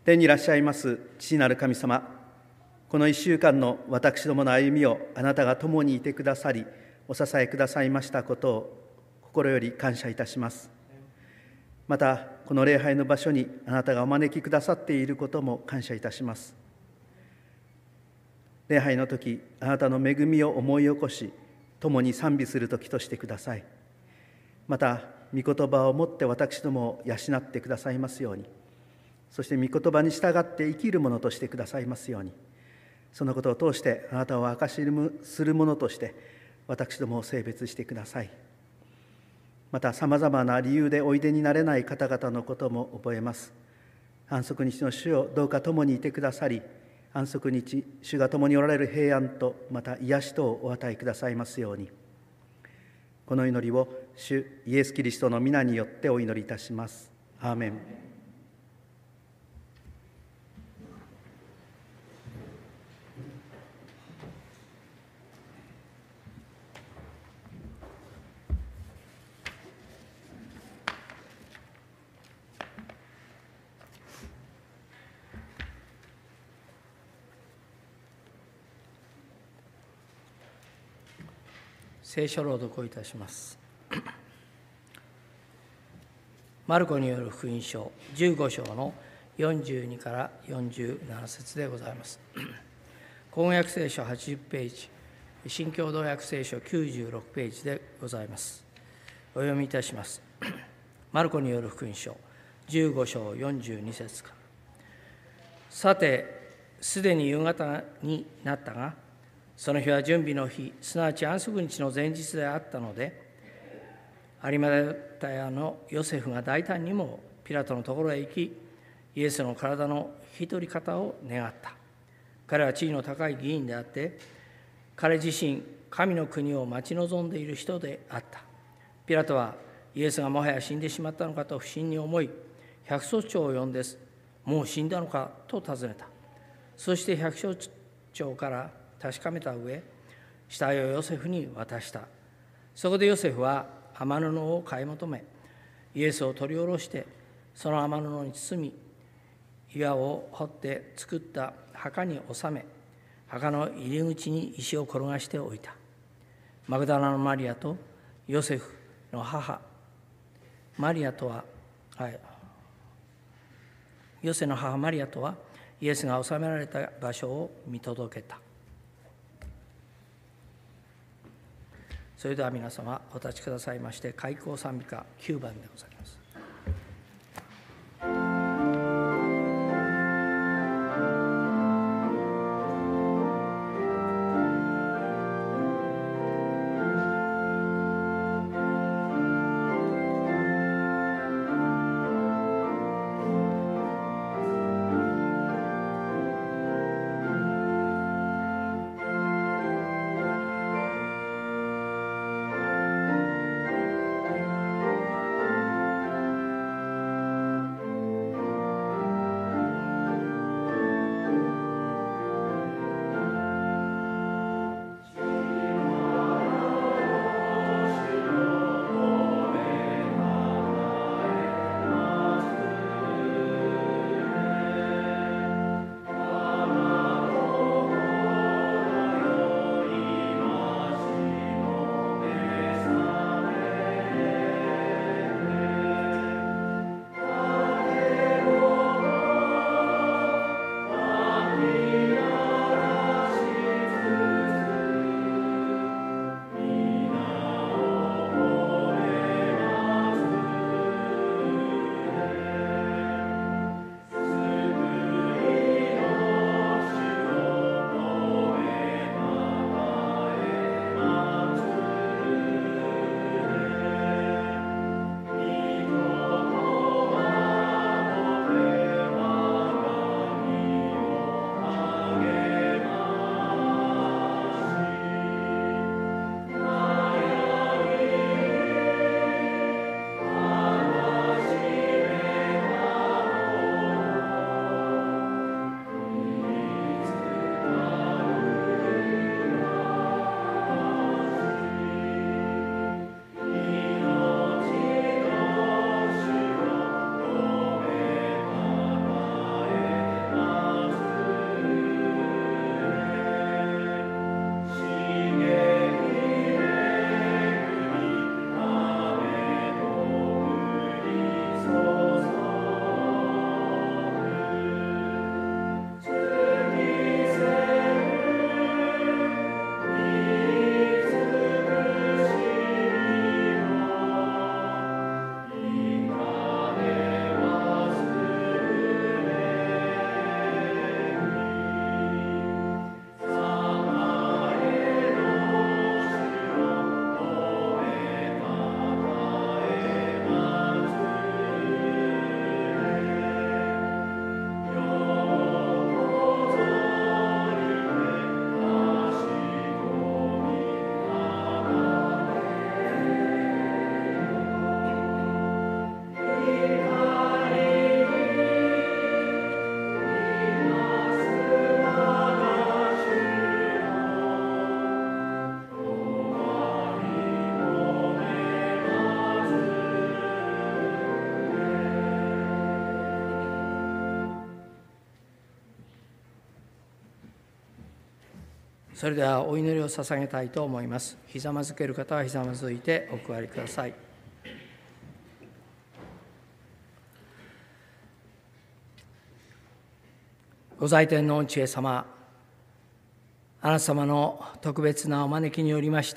天にいらっしゃいます父なる神様、この1週間の私どもの歩みをあなたが共にいてくださり、お支えくださいましたことを心より感謝いたします。また、この礼拝の場所にあなたがお招きくださっていることも感謝いたします。礼拝の時、あなたの恵みを思い起こし、共に賛美する時としてください。また、御言葉をもって私どもを養ってくださいますように、そして御言葉に従って生きるものとしてくださいますように、そのことを通してあなたを証しするものとして私どもを聖別してください。また、さまざまな理由でおいでになれない方々のことも覚えます。安息日の主をどうか共にいてくださり、安息日、主が共におられる平安と、また癒しとをお与えくださいますように。この祈りを主イエス・キリストの皆によってお祈りいたします。アーメン。 聖書朗読をいたします。マルコによる福音書15章の42から47節でございます。公約聖書80ページ、新共同訳聖書96ページでございます。お読みいたします。マルコによる福音書15章42節から。さて、すでに夕方になったが、その日は準備の日、すなわち安息日の前日であったので、有馬太屋のヨセフが大胆にもピラトのところへ行き、イエスの体の引き取り方を願った。彼は地位の高い議員であって、彼自身、神の国を待ち望んでいる人であった。ピラトはイエスがもはや死んでしまったのかと不審に思い、百姓長を呼んで、もう死んだのかと尋ねた。そして百姓長から確かめた上、死体をヨセフに渡した。そこでヨセフは雨布を買い求め、イエスを取り下ろして、その雨布に包み、岩を掘って作った墓に収め、墓の入り口に石を転がしておいた。マグダラのマリアとヨセフの母、マリアとは、ヨセの母マリアとは、イエスが収められた場所を見届けた。それでは皆様お立ちくださいまして、開口賛美歌9番でございます。 「 それではお祈りを捧げたいと思います。ひざまずける方はひざまずいてお座りください。ご在天の御知恵様、あなた様の特別なお招きによりまして、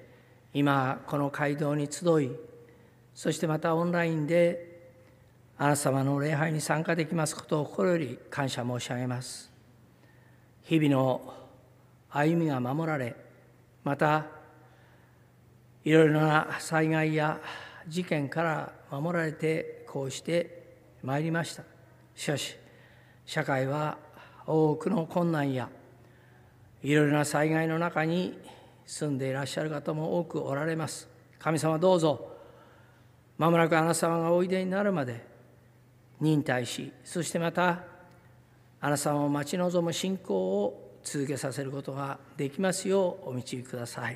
今この街道に集い、そしてまたオンラインであなた様の礼拝に参加できますことを心より感謝申し上げます。日々の歩みが守られ、またいろいろな災害や事件から守られてこうしてまいりました。しかし社会は多くの困難やいろいろな災害の中に住んでいらっしゃる方も多くおられます。神様、どうぞまもなくあなた様がおいでになるまで忍耐し、そしてまたあなた様を待ち望む信仰を続けさせることができますようお導きください。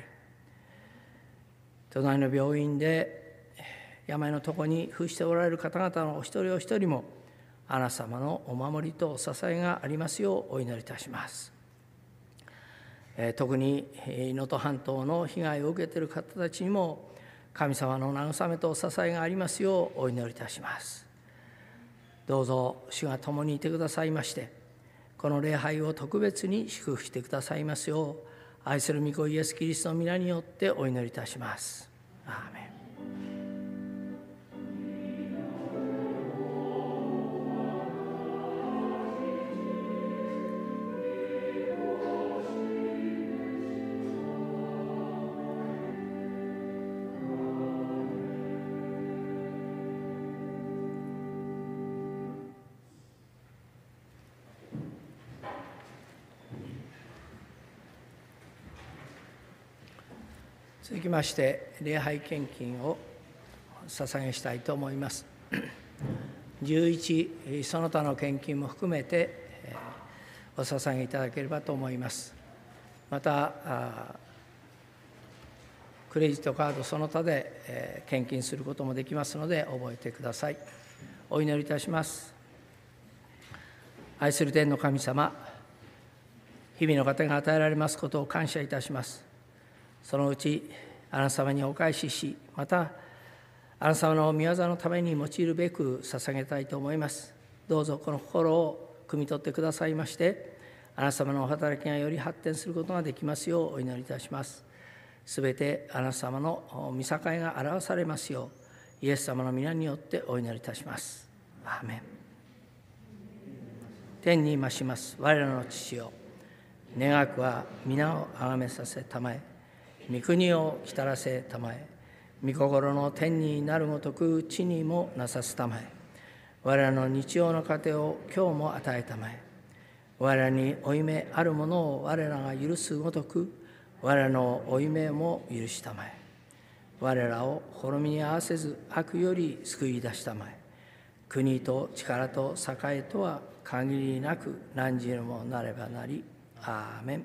隣の病院で病のとこに伏しておられる方々のお一人お一人もあなた様のお守りとお支えがありますようお祈りいたします。特に能登半島の被害を受けている方たちにも神様の慰めとお支えがありますようお祈りいたします。どうぞ主が共にいてくださいまして、この礼拝を特別に祝福してくださいますよう、愛する御子イエス・キリストの皆によってお祈りいたします。アーメン。続きまして礼拝献金を捧げしたいと思います。11その他の献金も含めてお捧げいただければと思います。またクレジットカードその他で献金することもできますので覚えてください。お祈りいたします。愛する天の神様、日々の糧が与えられますことを感謝いたします。そのうちあなた様にお返しし、またあなた様の御業のために用いるべく捧げたいと思います。どうぞこの心を汲み取ってくださいまして、あなた様のお働きがより発展することができますようお祈りいたします。すべてあなた様の御境が表されますよう、イエス様の皆によってお祈りいたします。アーメン。天に増します我らの父よ、願わくは皆をあがめさせたまえ、御国を来たらせたまえ、御心の天になるごとく地にもなさすたまえ、我らの日曜の糧を今日も与えたまえ、我らに負い目あるものを我らが許すごとく我らの負い目も許したまえ、我らを滅びに合わせず悪より救い出したまえ、国と力と栄とは限りなく何時にもなればなり。アーメン。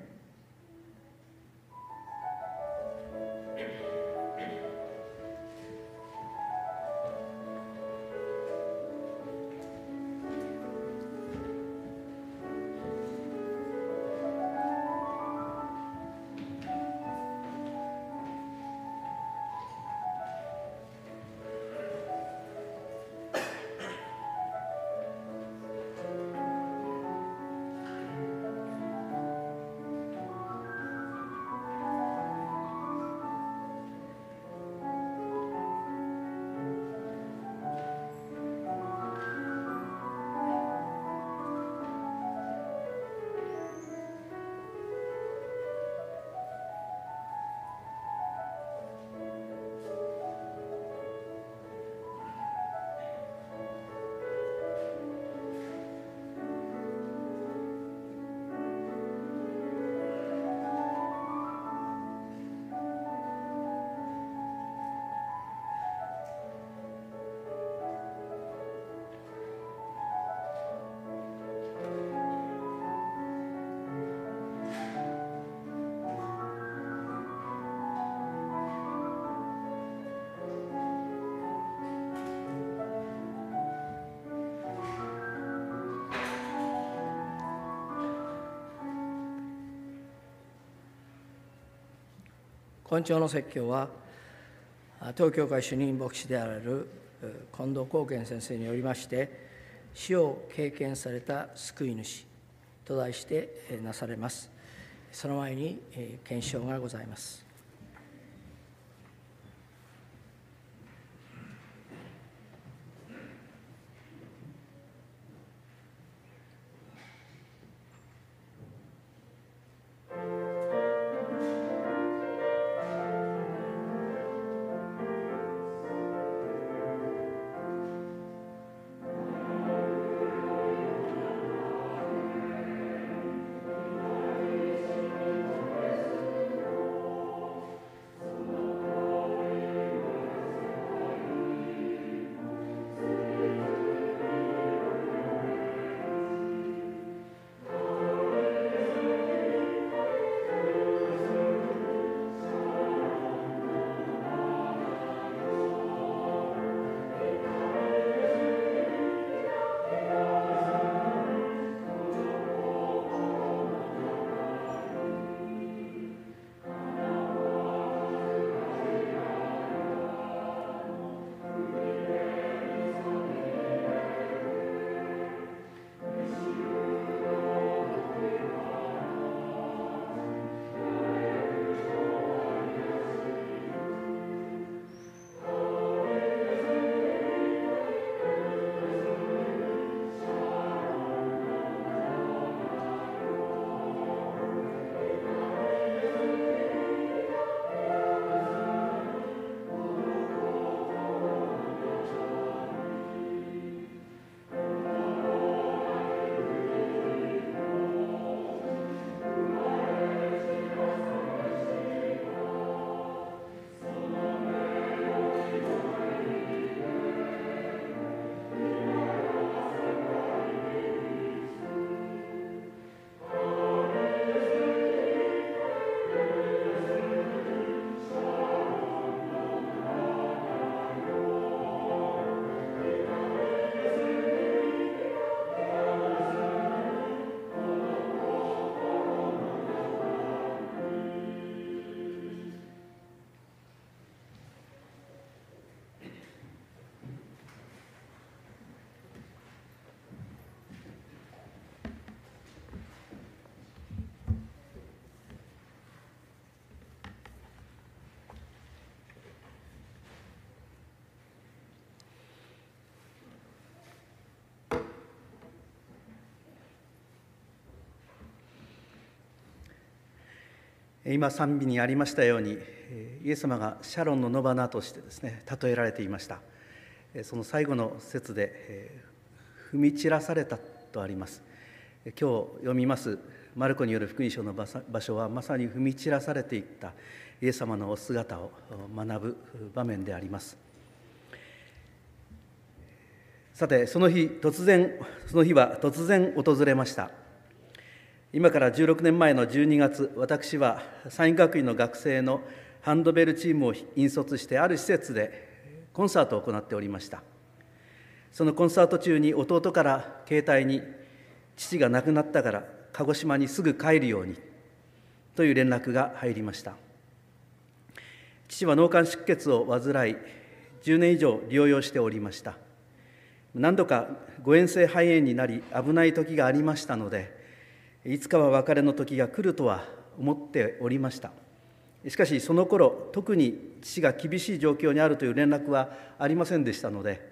本朝の説教は、東教会主任牧師であられる近藤光健先生によりまして、死を経験された救い主と題してなされます。その前に献唱がございます。 今賛美にありましたように、イエス様がシャロンの野花としてですね、例えられていました。その最後の節で、踏み散らされたとあります。今日読みますマルコによる福音書の場所は、まさに踏み散らされていったイエス様のお姿を学ぶ場面であります。さて、その日は突然訪れました。今から16年前の12月、私は山陰学院の学生のハンドベルチームを引率して、ある施設でコンサートを行っておりました。そのコンサート中に弟から携帯に、父が亡くなったから鹿児島にすぐ帰るようにという連絡が入りました。父は脳幹出血を患い、10年以上療養しておりました。何度か誤嚥性肺炎になり、危ない時がありましたので、いつかは別れの時が来るとは思っておりました。しかしその頃、特に父が厳しい状況にあるという連絡はありませんでしたので、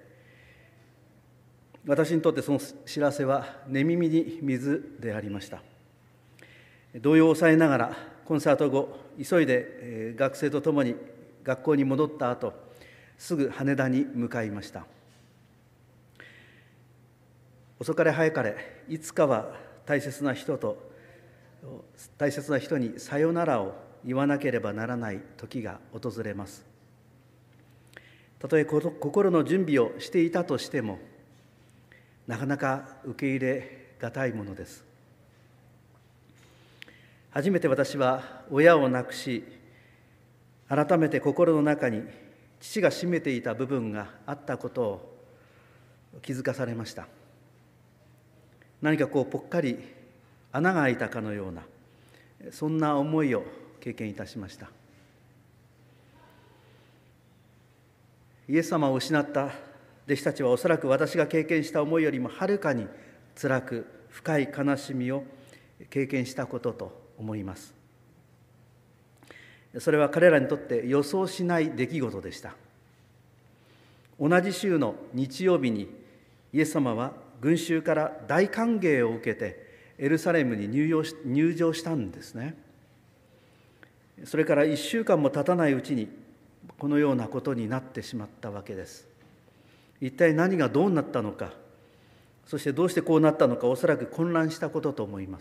私にとってその知らせは寝耳に水でありました。動揺を抑えながらコンサート後、急いで学生と共に学校に戻った後、すぐ羽田に向かいました。遅かれ早かれ、いつかは大切な人にさよならを言わなければならない時が訪れます。たとえ心の準備をしていたとしても、なかなか受け入れがたいものです。初めて私は親を亡くし、改めて心の中に父が占めていた部分があったことを気づかされました。何かぽっかり穴が開いたかのような、そんな思いを経験いたしました。 イエス様を失った弟子たちはおそらく私が経験した思いよりもはるかに辛く深い悲しみを経験したことと思います。それは彼らにとって予想しない出来事でした。同じ週の日曜日にイエス様は群衆から大歓迎を受けてエルサレムに入場したんですね。それから1週間も経たないうちにこのようなことになってしまったわけです。一体何がどうなったのか、そしてどうしてこうなったのか、おそらく混乱したことと思います。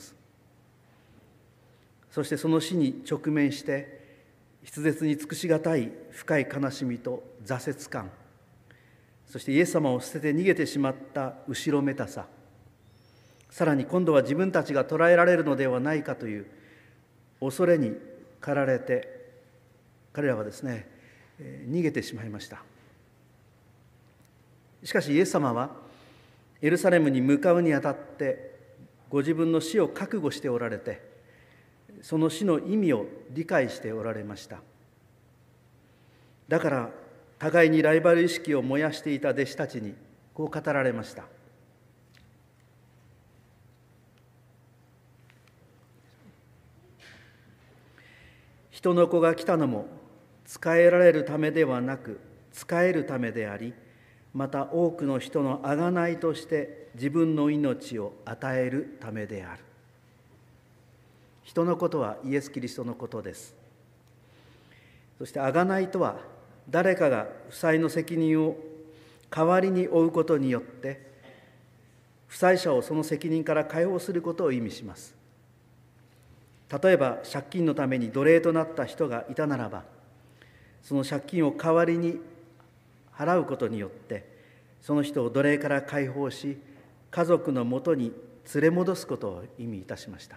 そしてその死に直面して筆舌に尽くしがたい深い悲しみと挫折感、そしてイエス様を捨てて逃げてしまった後ろめたさ、さらに今度は自分たちが捕らえられるのではないかという恐れに駆られて、彼らはですね、逃げてしまいました。しかしイエス様はエルサレムに向かうにあたってご自分の死を覚悟しておられて、その死の意味を理解しておられました。だから互いにライバル意識を燃やしていた弟子たちにこう語られました。人の子が来たのも仕えられるためではなく仕えるためであり、また多くの人の贖いとして自分の命を与えるためである。人のことはイエス・キリストのことです。そして贖いとは、誰かが負債の責任を代わりに負うことによって負債者をその責任から解放することを意味します。例えば借金のために奴隷となった人がいたならば、その借金を代わりに払うことによってその人を奴隷から解放し、家族のもとに連れ戻すことを意味いたしました。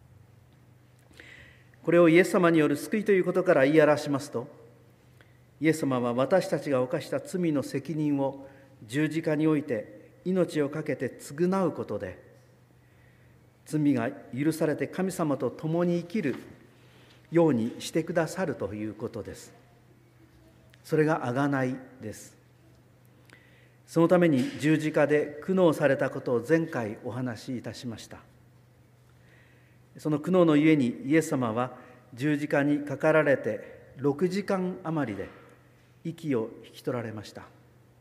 これをイエス様による救いということから言い表しますと、イエス様は私たちが犯した罪の責任を十字架において命を懸けて償うことで、罪が許されて神様と共に生きるようにしてくださるということです。それが贖いです。そのために十字架で苦悩されたことを前回お話しいたしました。その苦悩のゆえにイエス様は十字架にかかられて6時間余りで息を引き取られました。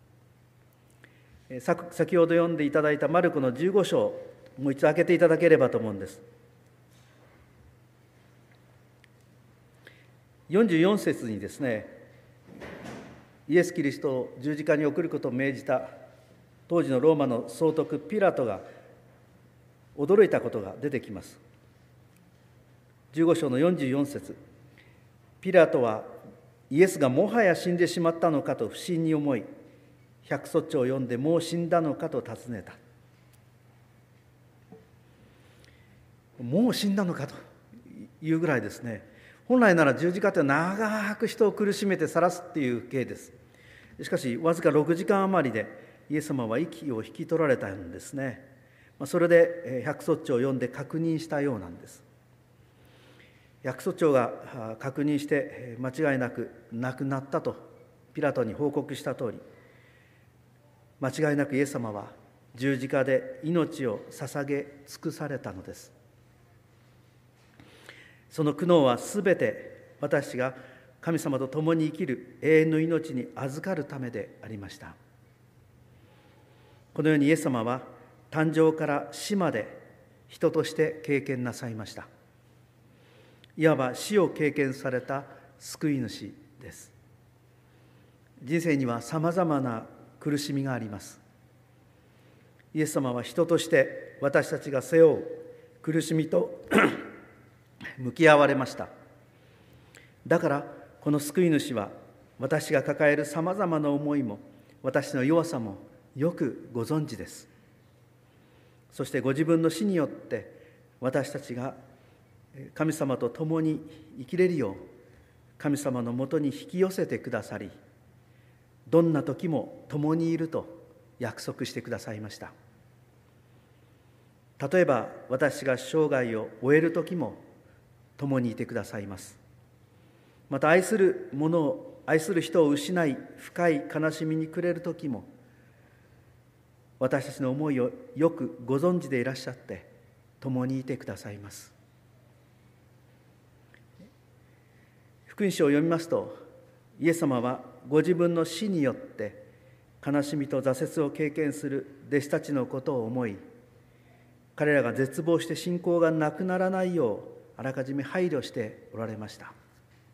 先ほど読んでいただいたマルコの15章、もう一度開けていただければと思うんです。44節にですね、イエス・キリストを十字架に送ることを命じた当時のローマの総督ピラトが驚いたことが出てきます。15章の44節、ピラトはイエスがもはや死んでしまったのかと不審に思い、百卒長を呼んでもう死んだのかと尋ねた。もう死んだのかというぐらいですね、本来なら十字架って長く人を苦しめて晒すっていう刑です。しかしわずか6時間余りでイエス様は息を引き取られたんですね。それで百卒長を呼んで確認したようなんです。百卒長が確認して間違いなく亡くなったとピラトに報告した通り、間違いなくイエス様は十字架で命を捧げ尽くされたのです。その苦悩はすべて私が神様と共に生きる永遠の命に預かるためでありました。このようにイエス様は誕生から死まで人として経験なさいました。いわば死を経験された救い主です。人生にはさまざまな苦しみがあります。イエス様は人として私たちが背負う苦しみと向き合われました。だからこの救い主は私が抱えるさまざまな思いも私の弱さもよくご存知です。そしてご自分の死によって私たちが神様と共に生きれるよう神様のもとに引き寄せてくださり、どんな時も共にいると約束してくださいました。例えば私が生涯を終える時も共にいてくださいます。また愛する者を愛する人を失い深い悲しみに暮れる時も、私たちの思いをよくご存知でいらっしゃって共にいてくださいます。福音書を読みますと、イエス様はご自分の死によって悲しみと挫折を経験する弟子たちのことを思い、彼らが絶望して信仰がなくならないようあらかじめ配慮しておられました。こ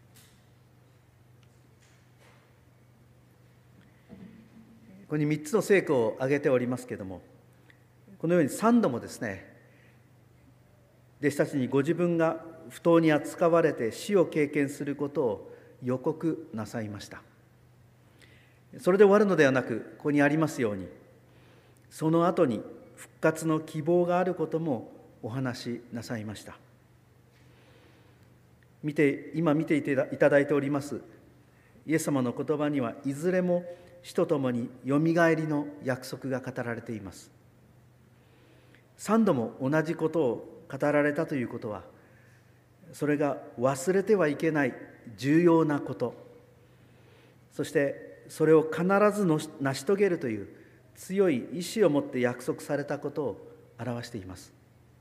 こに3つの聖句を挙げておりますけれども、このように3度もですね、弟子たちにご自分が不当に扱われて死を経験することを予告なさいました。それで終わるのではなく、ここにありますように、その後に復活の希望があることもお話しなさいました。今見ていただいておりますイエス様の言葉には、いずれも死とともによみがえりの約束が語られています。3度も同じことを語られたということは、それが忘れてはいけない重要なこと、そしてそれを必ず成し遂げるという強い意志を持って約束されたことを表しています。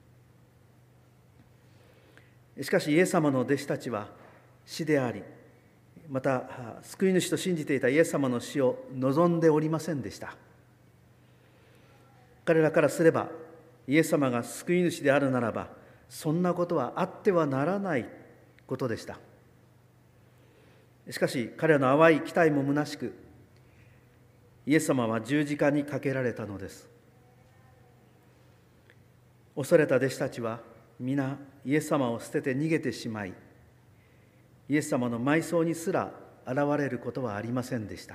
しかしイエス様の弟子たちは死であり、また救い主と信じていたイエス様の死を望んでおりませんでした。彼らからすれば、イエス様が救い主であるならば、そんなことはあってはならないことでした。しかし彼らの淡い期待も虚しく、イエス様は十字架にかけられたのです。恐れた弟子たちは皆イエス様を捨てて逃げてしまい、イエス様の埋葬にすら現れることはありませんでした。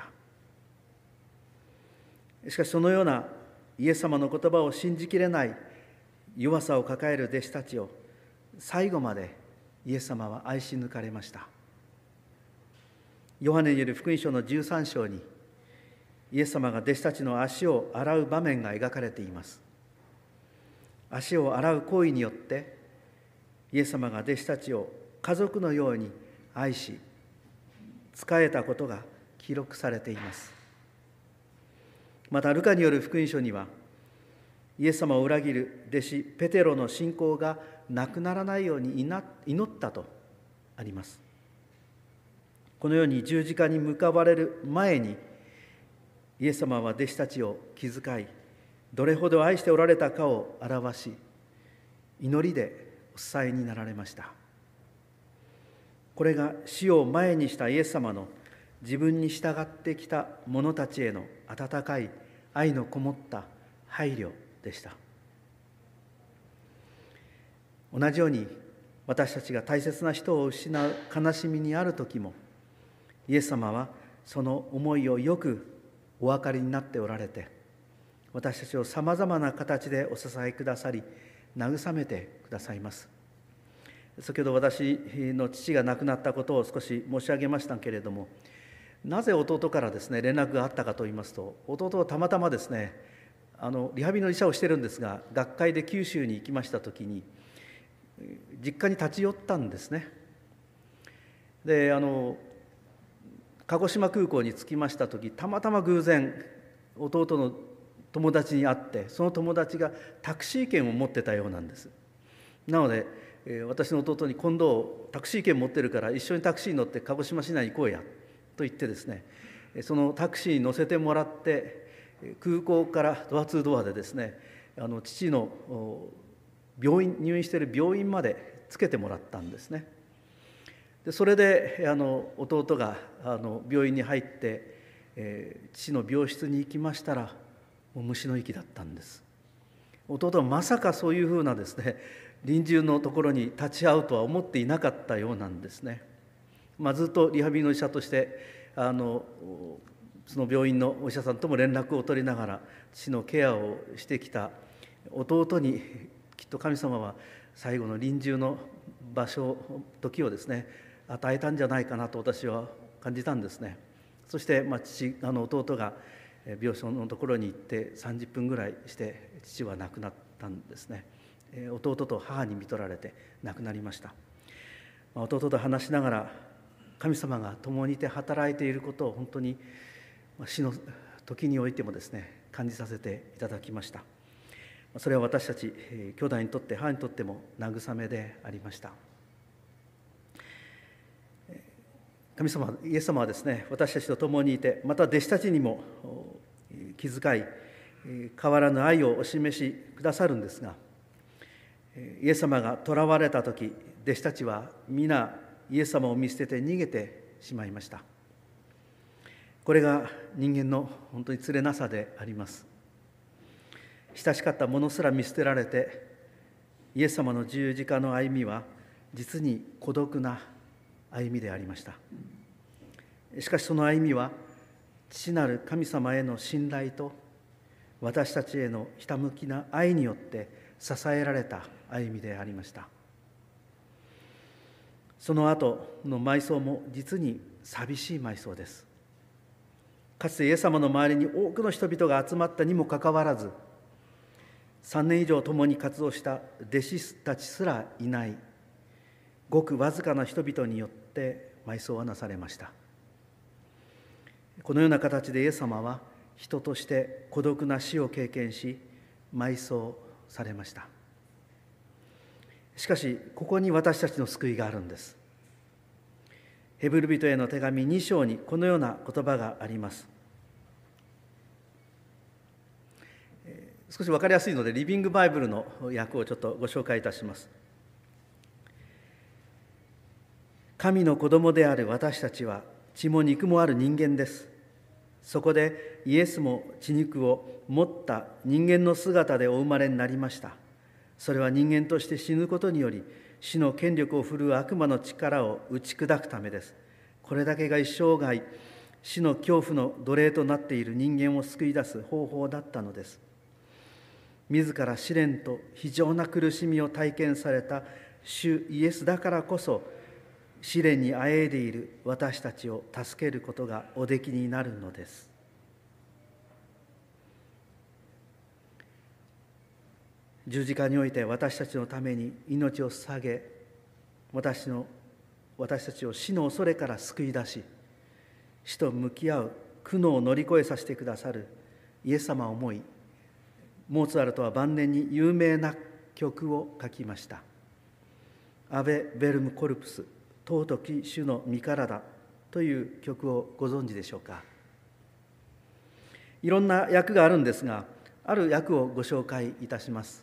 しかしそのようなイエス様の言葉を信じきれない弱さを抱える弟子たちを最後までイエス様は愛し抜かれました。ヨハネによる福音書の13章に、イエス様が弟子たちの足を洗う場面が描かれています。足を洗う行為によってイエス様が弟子たちを家族のように愛し仕えたことが記録されています。またルカによる福音書には、イエス様を裏切る弟子ペテロの信仰がなくならないように祈ったとあります。このように十字架に向かわれる前に、イエス様は弟子たちを気遣い、どれほど愛しておられたかを表し、祈りでお伝えになられました。これが死を前にしたイエス様の自分に従ってきた者たちへの温かい愛のこもった配慮でした。同じように私たちが大切な人を失う悲しみにある時も、イエス様はその思いをよくお分かりになっておられて、私たちをさまざまな形でお支えくださり、慰めてくださいます。先ほど私の父が亡くなったことを少し申し上げましたけれども、なぜ弟からですね連絡があったかといいますと、弟はたまたまですねリハビリの医者をしてるんですが、学会で九州に行きました時に実家に立ち寄ったんですね。で鹿児島空港に着きました時、たまたま偶然弟の友達に会って、その友達がタクシー券を持ってたようなんです。なので私の弟に、今度タクシー券持ってるから一緒にタクシーに乗って鹿児島市内に行こうやと言ってですね、そのタクシーに乗せてもらって、空港からドアツードアでですね父の入院している病院までつけてもらったんですね。でそれで弟が病院に入って、父の病室に行きましたら、もう虫の息だったんです。弟はまさかそういうふうなですね臨終のところに立ち会うとは思っていなかったようなんですね。ずっとリハビリの医者としてその病院のお医者さんとも連絡を取りながら父のケアをしてきた弟に、きっと神様は最後の臨終の場所時をですね与えたんじゃないかなと私は感じたんですね。そして弟が病床のところに行って30分ぐらいして父は亡くなったんですね。弟と母に看取られて亡くなりました。弟と話しながら、 神様が共にいて働いていることを本当に死の時においてもですね、感じさせていただきました。それは私たち兄弟にとって母にとっても慰めでありました。神様イエス様はですね、私たちと共にいて、また弟子たちにも気遣い変わらぬ愛をお示しくださるんですが、イエス様が囚われた時、弟子たちは皆イエス様を見捨てて逃げてしまいました。これが人間の本当につれなさであります。親しかったものすら見捨てられて、イエス様の十字架の歩みは実に孤独な歩みでありました。しかしその歩みは父なる神様への信頼と私たちへのひたむきな愛によって支えられた歩みでありました。その後の埋葬も実に寂しい埋葬です。かつてイエス様の周りに多くの人々が集まったにもかかわらず、3年以上共に活動した弟子たちすらいないごくわずかな人々によって埋葬はなされました。このような形でイエス様は人として孤独な死を経験し埋葬されました。しかしここに私たちの救いがあるんです。ヘブル人への手紙2章にこのような言葉があります。少し分かりやすいのでリビングバイブルの訳をちょっとご紹介いたします。神の子供である私たちは血も肉もある人間です。そこでイエスも血肉を持った人間の姿でお生まれになりました。それは人間として死ぬことにより死の権力を振るう悪魔の力を打ち砕くためです。これだけが一生涯死の恐怖の奴隷となっている人間を救い出す方法だったのです。自ら試練と非常な苦しみを体験された主イエスだからこそ、試練にあえいでいる私たちを助けることがおできになるのです。十字架において私たちのために命を捧げ、私たちを死の恐れから救い出し、死と向き合う苦悩を乗り越えさせてくださるイエス様を思い、モーツァルトは晩年に有名な曲を書きました。アベ・ベルム・コルプス、尊き主の身体という曲をご存知でしょうか。いろんな訳があるんですが、ある訳をご紹介いたします。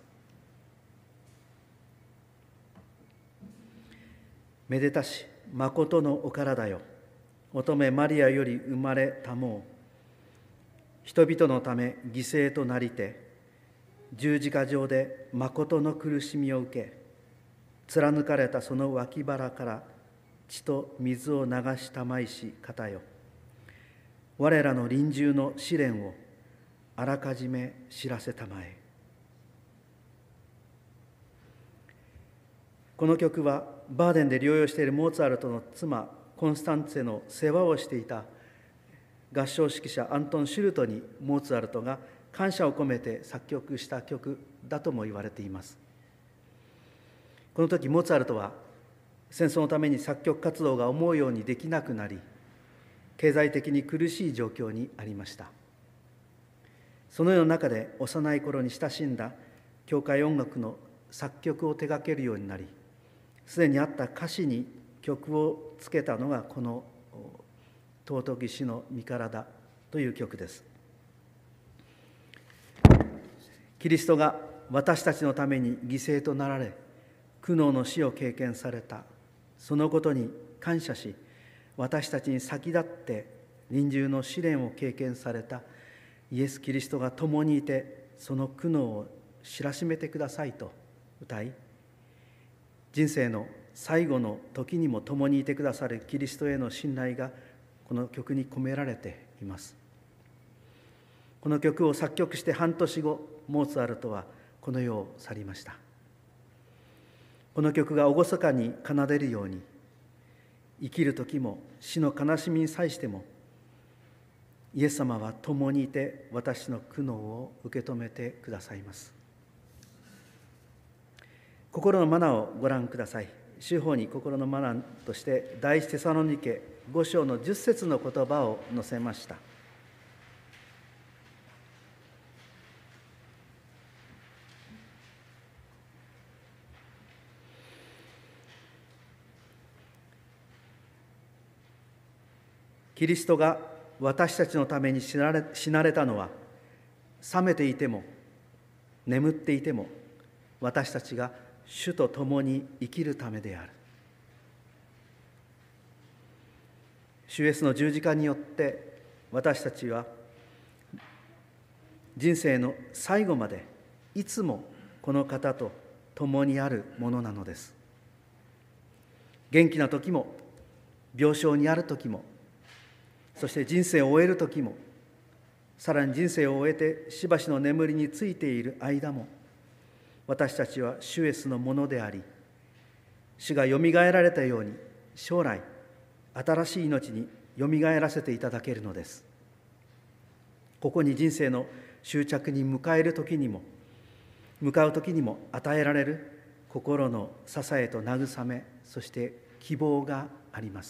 めでたし誠のお体よ、乙女マリアより生まれたもう、人々のため犠牲となりて、十字架上で誠の苦しみを受け、貫かれたその脇腹から血と水を流したまいし方よ、我らの臨終の試練をあらかじめ知らせたまえ。この曲はバーデンで療養しているモーツァルトの妻コンスタンツェの世話をしていた合唱指揮者アントン・シュルトにモーツァルトが感謝を込めて作曲した曲だとも言われています。この時モーツァルトは戦争のために作曲活動が思うようにできなくなり、経済的に苦しい状況にありました。そのような中で幼い頃に親しんだ教会音楽の作曲を手掛けるようになり、すでにあった歌詞に曲をつけたのがこの「尊き主の身体」という曲です。キリストが私たちのために犠牲となられ、苦悩の死を経験された、そのことに感謝し、私たちに先立って臨終の試練を経験されたイエス・キリストが共にいて、その苦悩を知らしめてくださいと歌い、人生の最後の時にも共にいてくださるキリストへの信頼がこの曲に込められています。この曲を作曲して半年後、モーツァルトはこの世を去りました。この曲が厳かに奏でるように、生きる時も死の悲しみに際しても、イエス様は共にいて私の苦悩を受け止めてくださいます。心のマナーをご覧ください。 主法に心のマナーとして第一テサロニケ5章の10節の言葉を載せました。キリストが私たちのために死なれたのは、覚めていても眠っていても私たちが主と共に生きるためである。主イエスの十字架によって私たちは人生の最後までいつもこの方と共にあるものなのです。元気な時も病床にある時も、そして人生を終える時も、さらに人生を終えてしばしの眠りについている間も、私たちは主イエスのものであり、主がよみがえられたように将来新しい命によみがえらせていただけるのです。ここに人生の終着に向かう時にも与えられる心の支えと慰め、そして希望があります。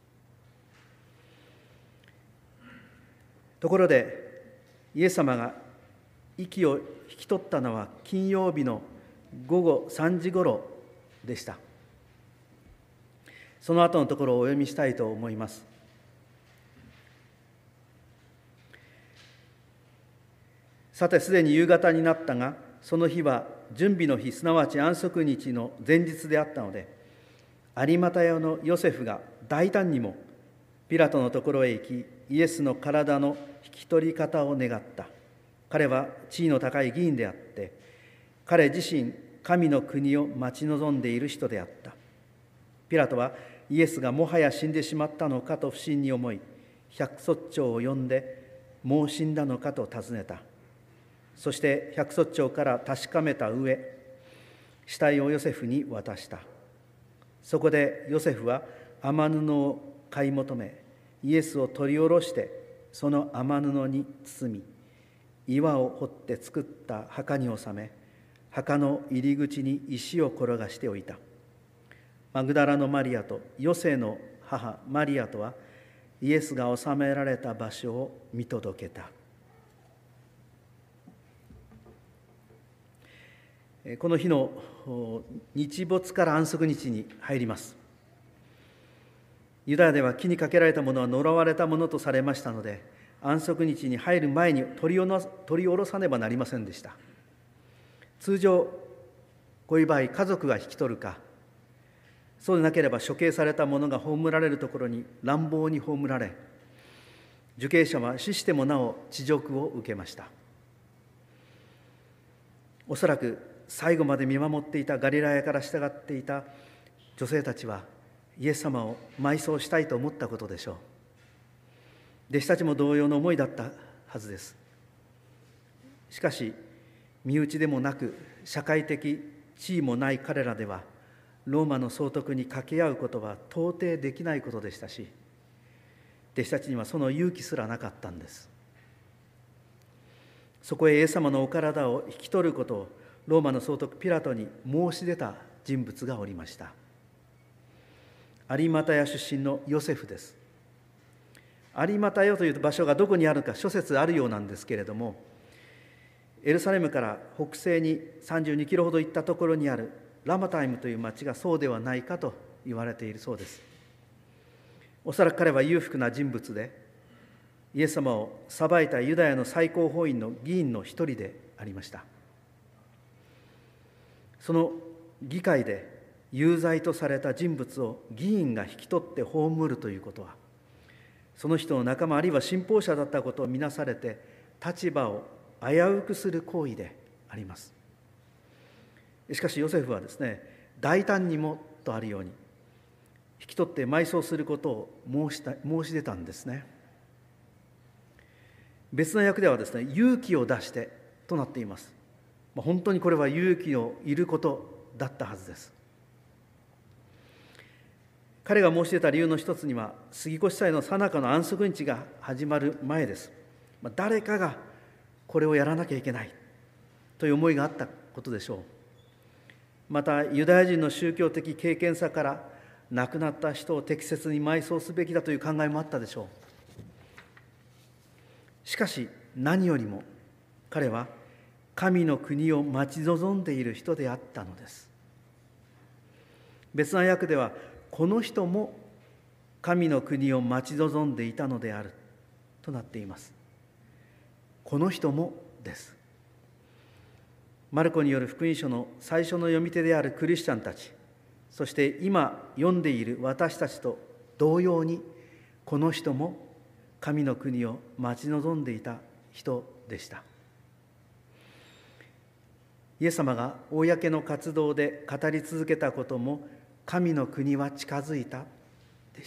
ところでイエス様が息を引き取ったのは金曜日の午後3時ごろでした。その後のところをお読みしたいと思います。さて、すでに夕方になったが、その日は準備の日、すなわち安息日の前日であったので、有股屋のヨセフが大胆にもピラトのところへ行き、イエスの体の引き取り方を願った。彼は地位の高い議員であって、彼自身神の国を待ち望んでいる人であった。ピラトはイエスがもはや死んでしまったのかと不審に思い、百卒長を呼んで、もう死んだのかと尋ねた。そして百卒長から確かめた上、死体をヨセフに渡した。そこでヨセフは雨布を買い求め、イエスを取り下ろしてその雨布に包み、岩を掘って作った墓に納め、墓の入り口に石を転がしておいた。マグダラのマリアとヨセの母マリアとはイエスが納められた場所を見届けた。この日の日没から安息日に入ります。ユダヤでは木にかけられたものは呪われたものとされましたので、安息日に入る前に取り下ろさねばなりませんでした。通常こういう場合、家族が引き取るか、そうでなければ処刑された者が葬られるところに乱暴に葬られ、受刑者は死してもなお恥辱を受けました。おそらく最後まで見守っていたガリラヤから従っていた女性たちは、イエス様を埋葬したいと思ったことでしょう。弟子たちも同様の思いだったはずです。しかし、身内でもなく社会的地位もない彼らでは、ローマの総督に掛け合うことは到底できないことでしたし、弟子たちにはその勇気すらなかったんです。そこへイエス様のお体を引き取ることをローマの総督ピラトに申し出た人物がおりました。有股屋出身のヨセフです。有股屋という場所がどこにあるか諸説あるようなんですけれども、エルサレムから北西に32キロほど行ったところにあるラマタイムという町がそうではないかと言われているそうです。おそらく彼は裕福な人物で、イエス様を裁いたユダヤの最高法院の議員の一人でありました。その議会で有罪とされた人物を議員が引き取って葬るということは、その人の仲間あるいは信奉者だったことを見なされて立場を危うくする行為であります。しかしヨセフはですね、大胆にもとあるように引き取って埋葬することを申し出たんですね。別の訳ではですね、勇気を出してとなっています。本当にこれは勇気のいることだったはずです。彼が申し出た理由の一つには、杉越祭の最中の安息日が始まる前です。誰かがこれをやらなきゃいけないという思いがあったことでしょう。 またユダヤ人の宗教的経験さから亡くなった人を適切に埋葬すべきだという考えもあったでしょう。しかし何よりも彼は神の国を待ち望んでいる人であったのです。別な訳では、この人も神の国を待ち望んでいたのであるとなっています。この人もです。マルコによる福音書の最初の読み手であるクリスチャンたち、そして今読んでいる私たちと同様に、この人も神の国を待ち望んでいた人でした。イエス様が公の活動で語り続けたことも、神の国は近づいたでした。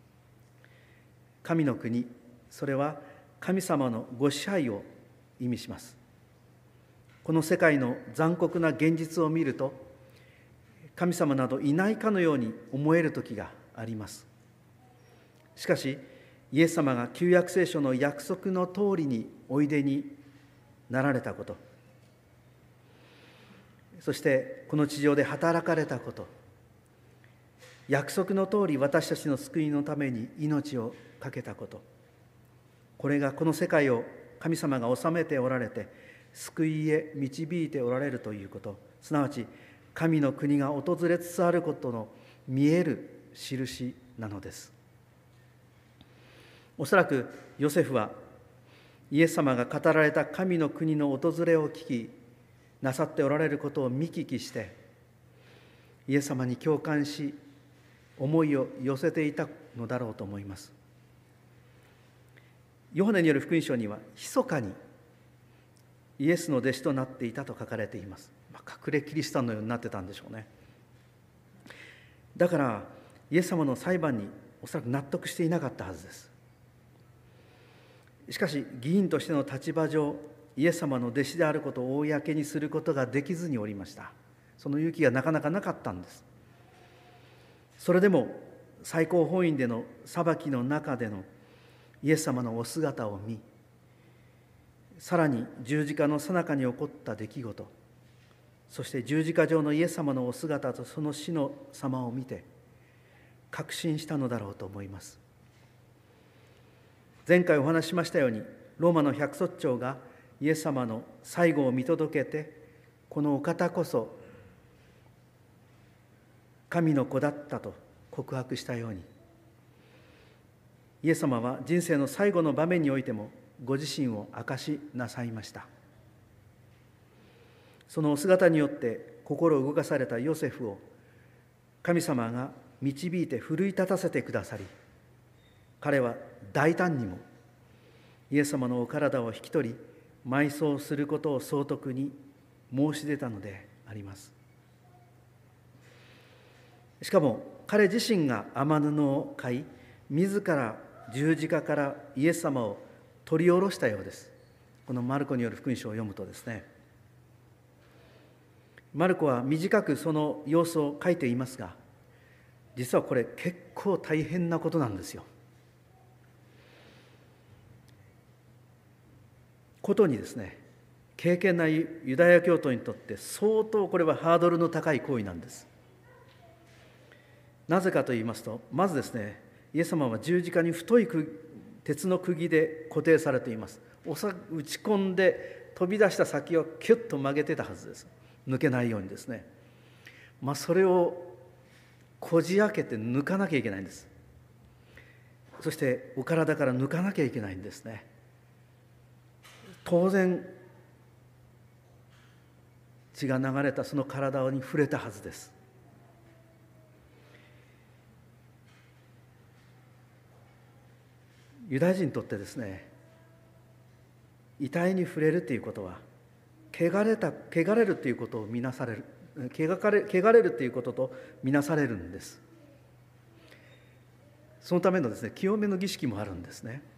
神の国、それは神様のご支配を意味します。この世界の残酷な現実を見ると、神様などいないかのように思える時があります。しかし、イエス様が旧約聖書の約束の通りにおいでになられたこと、そしてこの地上で働かれたこと、約束の通り私たちの救いのために命を懸けたこと、これがこの世界を神様が治めておられて救いへ導いておられるということ、すなわち神の国が訪れつつあることの見える印なのです。おそらくヨセフはイエス様が語られた神の国の訪れを聞き、なさっておられることを見聞きして、イエス様に共感し思いを寄せていたのだろうと思います。ヨハネによる福音書には、密かにイエスの弟子となっていたと書かれています。隠れキリシタンのようになってたんでしょうね。だからイエス様の裁判におそらく納得していなかったはずです。しかし議員としての立場上、イエス様の弟子であることを公にすることができずにおりました。その勇気がなかなかなかったんです。それでも最高法院での裁きの中でのイエス様のお姿を見、さらに十字架の最中に起こった出来事、そして十字架上のイエス様のお姿とその死の様を見て確信したのだろうと思います。前回お話ししましたように、ローマの百卒長がイエス様の最後を見届けて、このお方こそ神の子だったと告白したように、イエス様は人生の最後の場面においてもご自身を明かしなさいました。そのお姿によって心を動かされたヨセフを神様が導いて奮い立たせてくださり、彼は大胆にもイエス様のお体を引き取り埋葬することを総督に申し出たのであります。しかも彼自身が雨布を買い、自ら十字架からイエス様を取り下ろしたようです。このマルコによる福音書を読むとですね、マルコは短くその様子を書いていますが、実はこれ結構大変なことなんですよ。ことにですね、敬虔なユダヤ教徒にとって相当これはハードルの高い行為なんです。なぜかと言いますと、まずですね、イエス様は十字架に太い鉄の釘で固定されています。打ち込んで飛び出した先をキュッと曲げてたはずです。抜けないようにですね。それをこじ開けて抜かなきゃいけないんです。そしてお体から抜かなきゃいけないんですね。当然血が流れたその体に触れたはずです。ユダヤ人にとってですね、遺体に触れるということは汚れるということを見なされる、汚れるということと見なされるんです。そのためのですね、清めの儀式もあるんですね。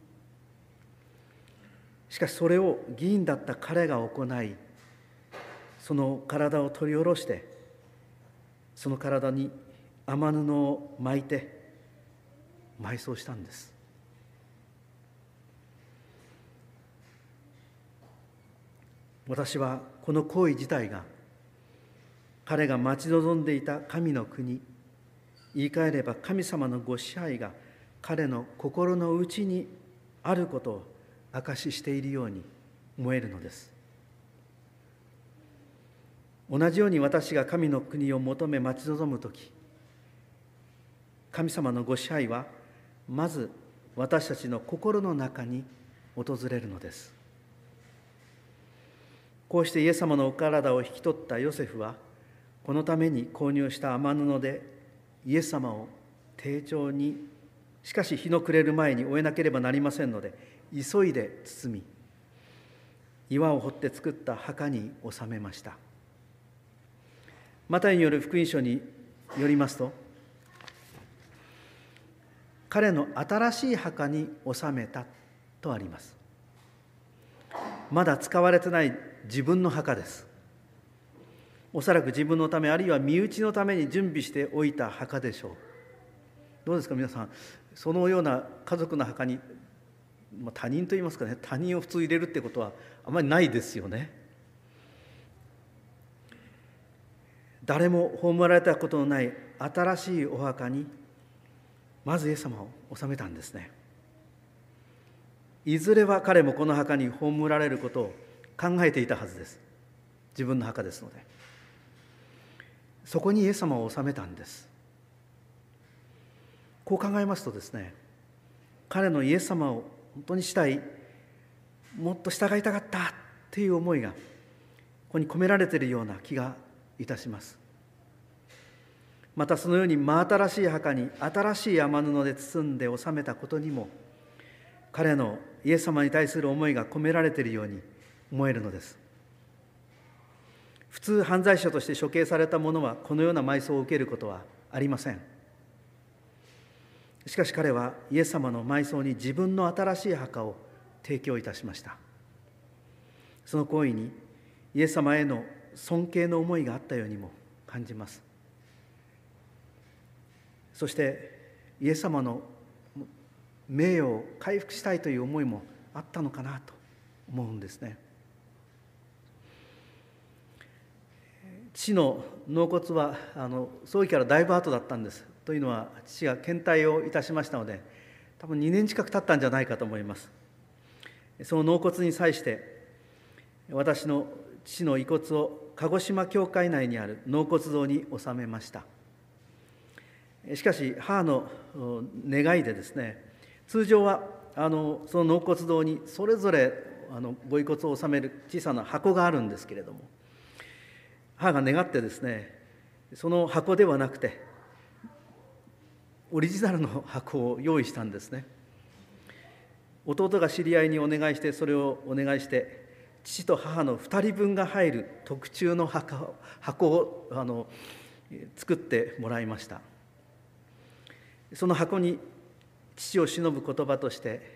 しかしそれを議員だった彼が行い、その体を取り下ろして、その体に雨布を巻いて埋葬したんです。私はこの行為自体が彼が待ち望んでいた神の国、言い換えれば神様のご支配が彼の心の内にあることを証ししているように思えるのです。同じように私が神の国を求め待ち望むとき、神様のご支配はまず私たちの心の中に訪れるのです。こうしてイエス様のお体を引き取ったヨセフは、このために購入した雨布でイエス様を丁重に、しかし日の暮れる前に終えなければなりませんので、急いで包み、岩を掘って作った墓に納めました。マタイによる福音書によりますと、彼の新しい墓に納めたとあります。まだ使われてない自分の墓です。おそらく自分のため、あるいは身内のために準備しておいた墓でしょう。どうですか皆さん、そのような家族の墓に、他人といいますかね、他人を普通入れるってことはあまりないですよね。誰も葬られたことのない新しいお墓にまずイエス様を納めたんですね。いずれは彼もこの墓に葬られることを考えていたはずです。自分の墓ですので。そこにイエス様を納めたんです。こう考えますとですね、彼のイエス様を本当にしたい、もっと従いたかったという思いがここに込められているような気がいたします。またそのように真新しい墓に新しい雨布で包んで納めたことにも、彼のイエス様に対する思いが込められているように思えるのです。普通犯罪者として処刑された者はこのような埋葬を受けることはありません。しかし彼はイエス様の埋葬に自分の新しい墓を提供いたしました。その行為にイエス様への尊敬の思いがあったようにも感じます。そしてイエス様の名誉を回復したいという思いもあったのかなと思うんですね。父の納骨は葬儀からだいぶ後だったんです。というのは父が献体をいたしましたので、多分2年近く経ったんじゃないかと思います。その納骨に際して私の父の遺骨を鹿児島教会内にある納骨堂に納めました。しかし母の願いでですね、通常はその納骨堂にそれぞれご遺骨を納める小さな箱があるんですけれども、母が願ってですね、その箱ではなくてオリジナルの箱を用意したんですね。弟が知り合いにお願いして、それをお願いして父と母の2人分が入る特注の箱を作ってもらいました。その箱に父を偲ぶ言葉として、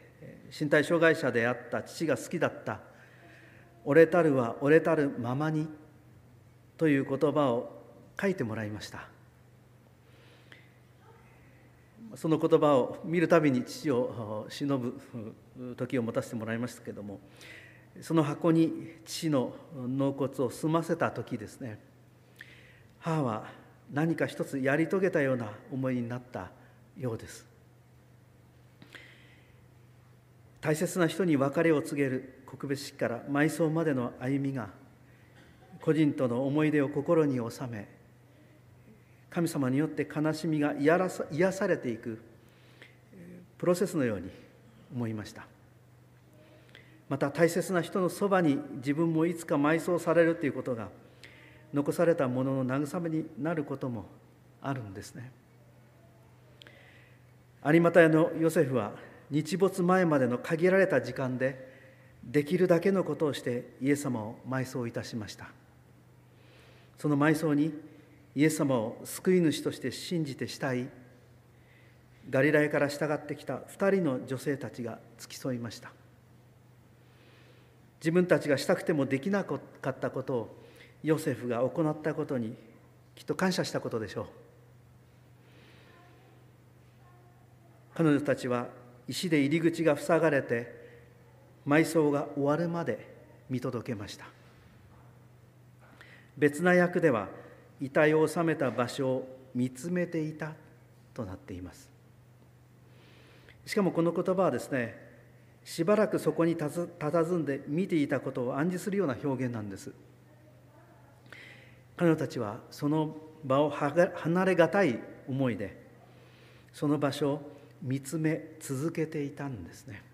身体障害者であった父が好きだった「俺たるは俺たるままに」という言葉を書いてもらいました。その言葉を見るたびに父を偲ぶ時を持たせてもらいましたけれども、その箱に父の納骨を済ませた時ですね、母は何か一つやり遂げたような思いになったようです。大切な人に別れを告げる告別式から埋葬までの歩みが、個人との思い出を心に収め、神様によって悲しみが癒されていくプロセスのように思いました。また大切な人のそばに自分もいつか埋葬されるということが、残されたものの慰めになることもあるんですね。有股屋のヨセフは日没前までの限られた時間でできるだけのことをしてイエス様を埋葬いたしました。その埋葬にイエス様を救い主として信じて慕い、ガリラヤから従ってきた2人の女性たちが付き添いました。自分たちがしたくてもできなかったことをヨセフが行ったことにきっと感謝したことでしょう。彼女たちは石で入り口が塞がれて埋葬が終わるまで見届けました。別な訳では遺体を納めた場所を見つめていたとなっています。しかもこの言葉はですね、しばらくそこに佇んで見ていたことを暗示するような表現なんです。彼女たちはその場を離れがたい思いで、その場所を見つめ続けていたんですね。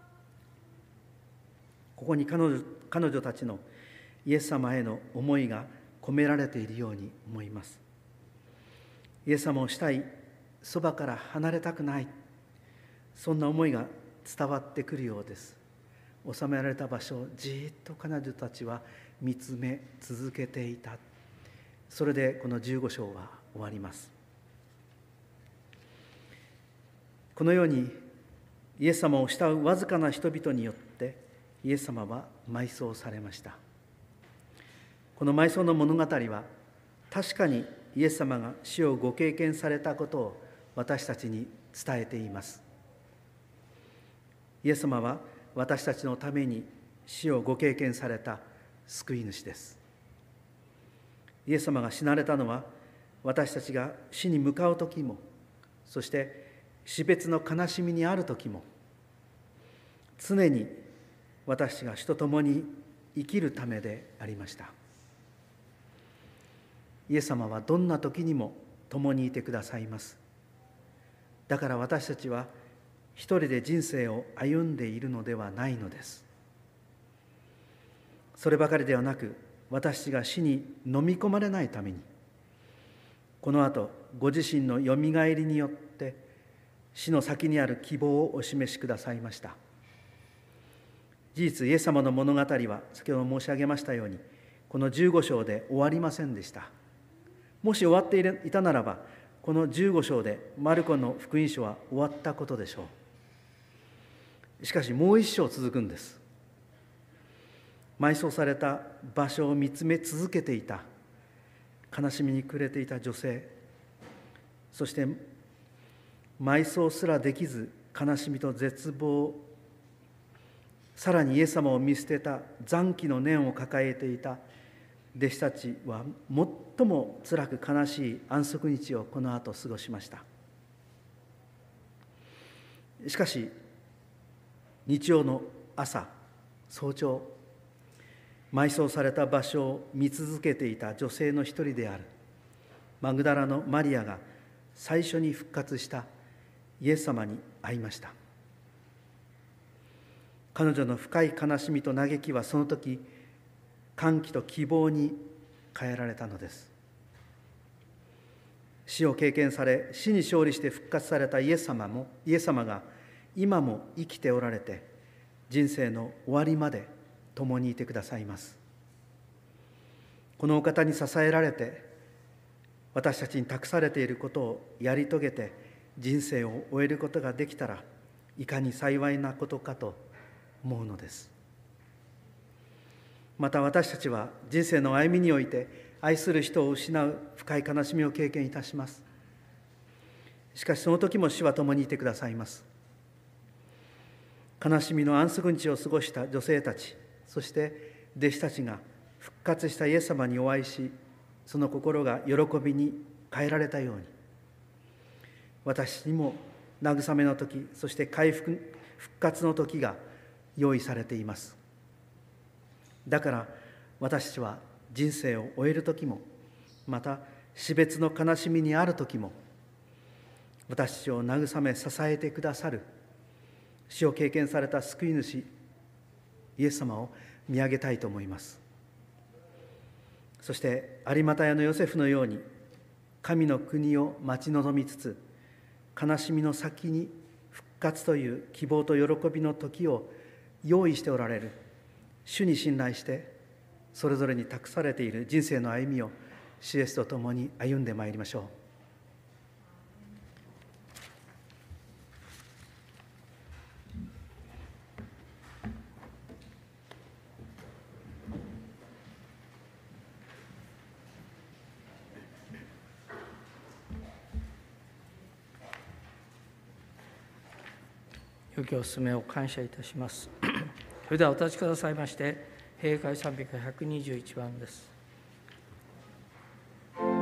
ここに彼女たちのイエス様への思いが込められているように思います。イエス様をしたい、そばから離れたくない、そんな思いが伝わってくるようです。収められた場所をじっと彼女たちは見つめ続けていた。それでこの15章は終わります。このようにイエス様を慕うわずかな人々によってイエス様は埋葬されました。この埋葬の物語は確かにイエス様が死をご経験されたことを私たちに伝えています。イエス様は私たちのために死をご経験された救い主です。イエス様が死なれたのは私たちが死に向かう時も、そして死別の悲しみにある時も、常に私たちが死と共に生きるためでありました。イエス様はどんな時にも共にいてくださいます。だから私たちは一人で人生を歩んでいるのではないのです。そればかりではなく、私たちが死に飲み込まれないために、この後ご自身のよみがえりによって死の先にある希望をお示しくださいました。事実、イエス様の物語は先ほど申し上げましたように、この15章で終わりませんでした。もし終わっていたならば、この15章でマルコの福音書は終わったことでしょう。しかしもう一章続くんです。埋葬された場所を見つめ続けていた、悲しみに暮れていた女性、そして埋葬すらできず悲しみと絶望、さらにイエス様を見捨てた残機の念を抱えていた弟子たちは最も辛く悲しい安息日をこの後過ごしました。しかし日曜の朝、早朝、埋葬された場所を見続けていた女性の一人であるマグダラのマリアが最初に復活したイエス様に会いました。彼女の深い悲しみと嘆きはその時、歓喜と希望に変えられたのです。死を経験され、死に勝利して復活されたイエス様が今も生きておられて、人生の終わりまで共にいてくださいます。このお方に支えられて、私たちに託されていることをやり遂げて人生を終えることができたら、いかに幸いなことかと思うのです。また私たちは人生の歩みにおいて愛する人を失う深い悲しみを経験いたします。しかしその時も主は共にいてくださいます。悲しみの安息日を過ごした女性たち、そして弟子たちが復活したイエス様にお会いし、その心が喜びに変えられたように、私にも慰めの時、そして復活の時が用意されています。だから私たちは人生を終える時も、また死別の悲しみにある時も、私たちを慰め支えてくださる死を経験された救い主イエス様を見上げたいと思います。そして有馬屋のヨセフのように、神の国を待ち望みつつ、悲しみの先に復活という希望と喜びの時を用意しておられる主に信頼して、それぞれに託されている人生の歩みを主イエスと共に歩んでまいりましょう。 良きお勧めを感謝いたします。それではお立ちくださいまして、閉会賛美歌121番です。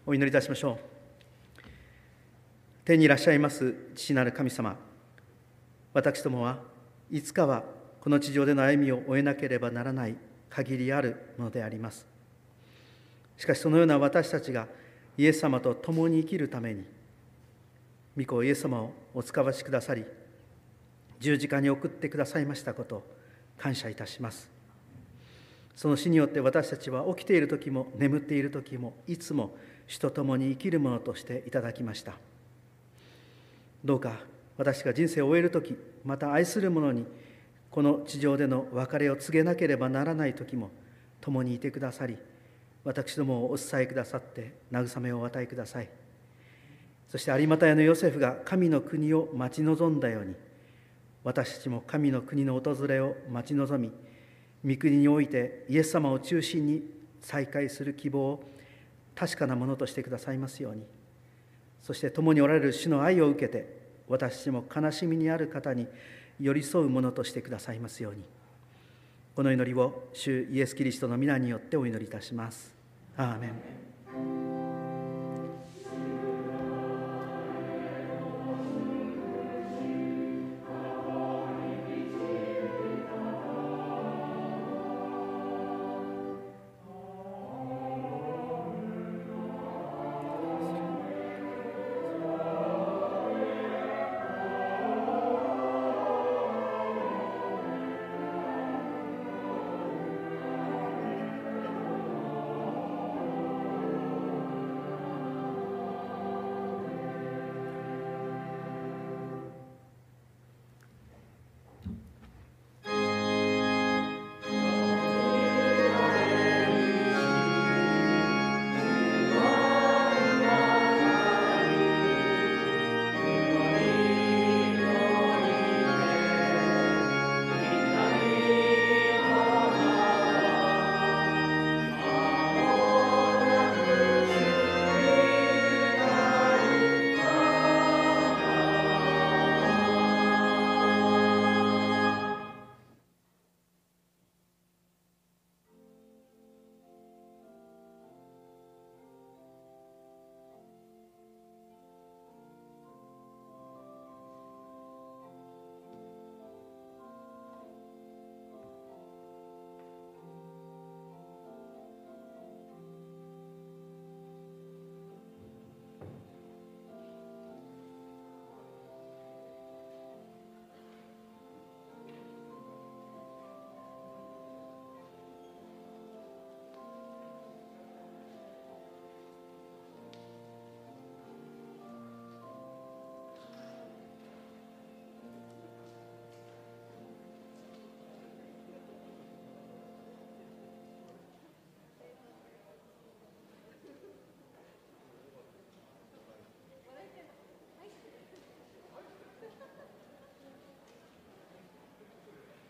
お祈りいたしましょう。天にいらっしゃいます父なる神様、私どもはいつかはこの地上での歩みを終えなければならない限りあるものであります。しかしそのような私たちがイエス様と共に生きるために、御子イエス様をお使わしくださり、十字架に送ってくださいましたことを感謝いたします。その死によって私たちは起きている時も眠っている時もいつも主と共に生きるものとしていただきました。どうか私が人生を終える時、また愛する者にこの地上での別れを告げなければならない時も共にいてくださり、私どもをお伝えくださって慰めをお与えください。そして有股屋のヨセフが神の国を待ち望んだように、私たちも神の国の訪れを待ち望み、御国においてイエス様を中心に再会する希望を確かなものとしてくださいますように。そして共におられる主の愛を受けて、私たちも悲しみにある方に寄り添うものとしてくださいますように。この祈りを主イエス・キリストの皆によってお祈りいたします。アーメン。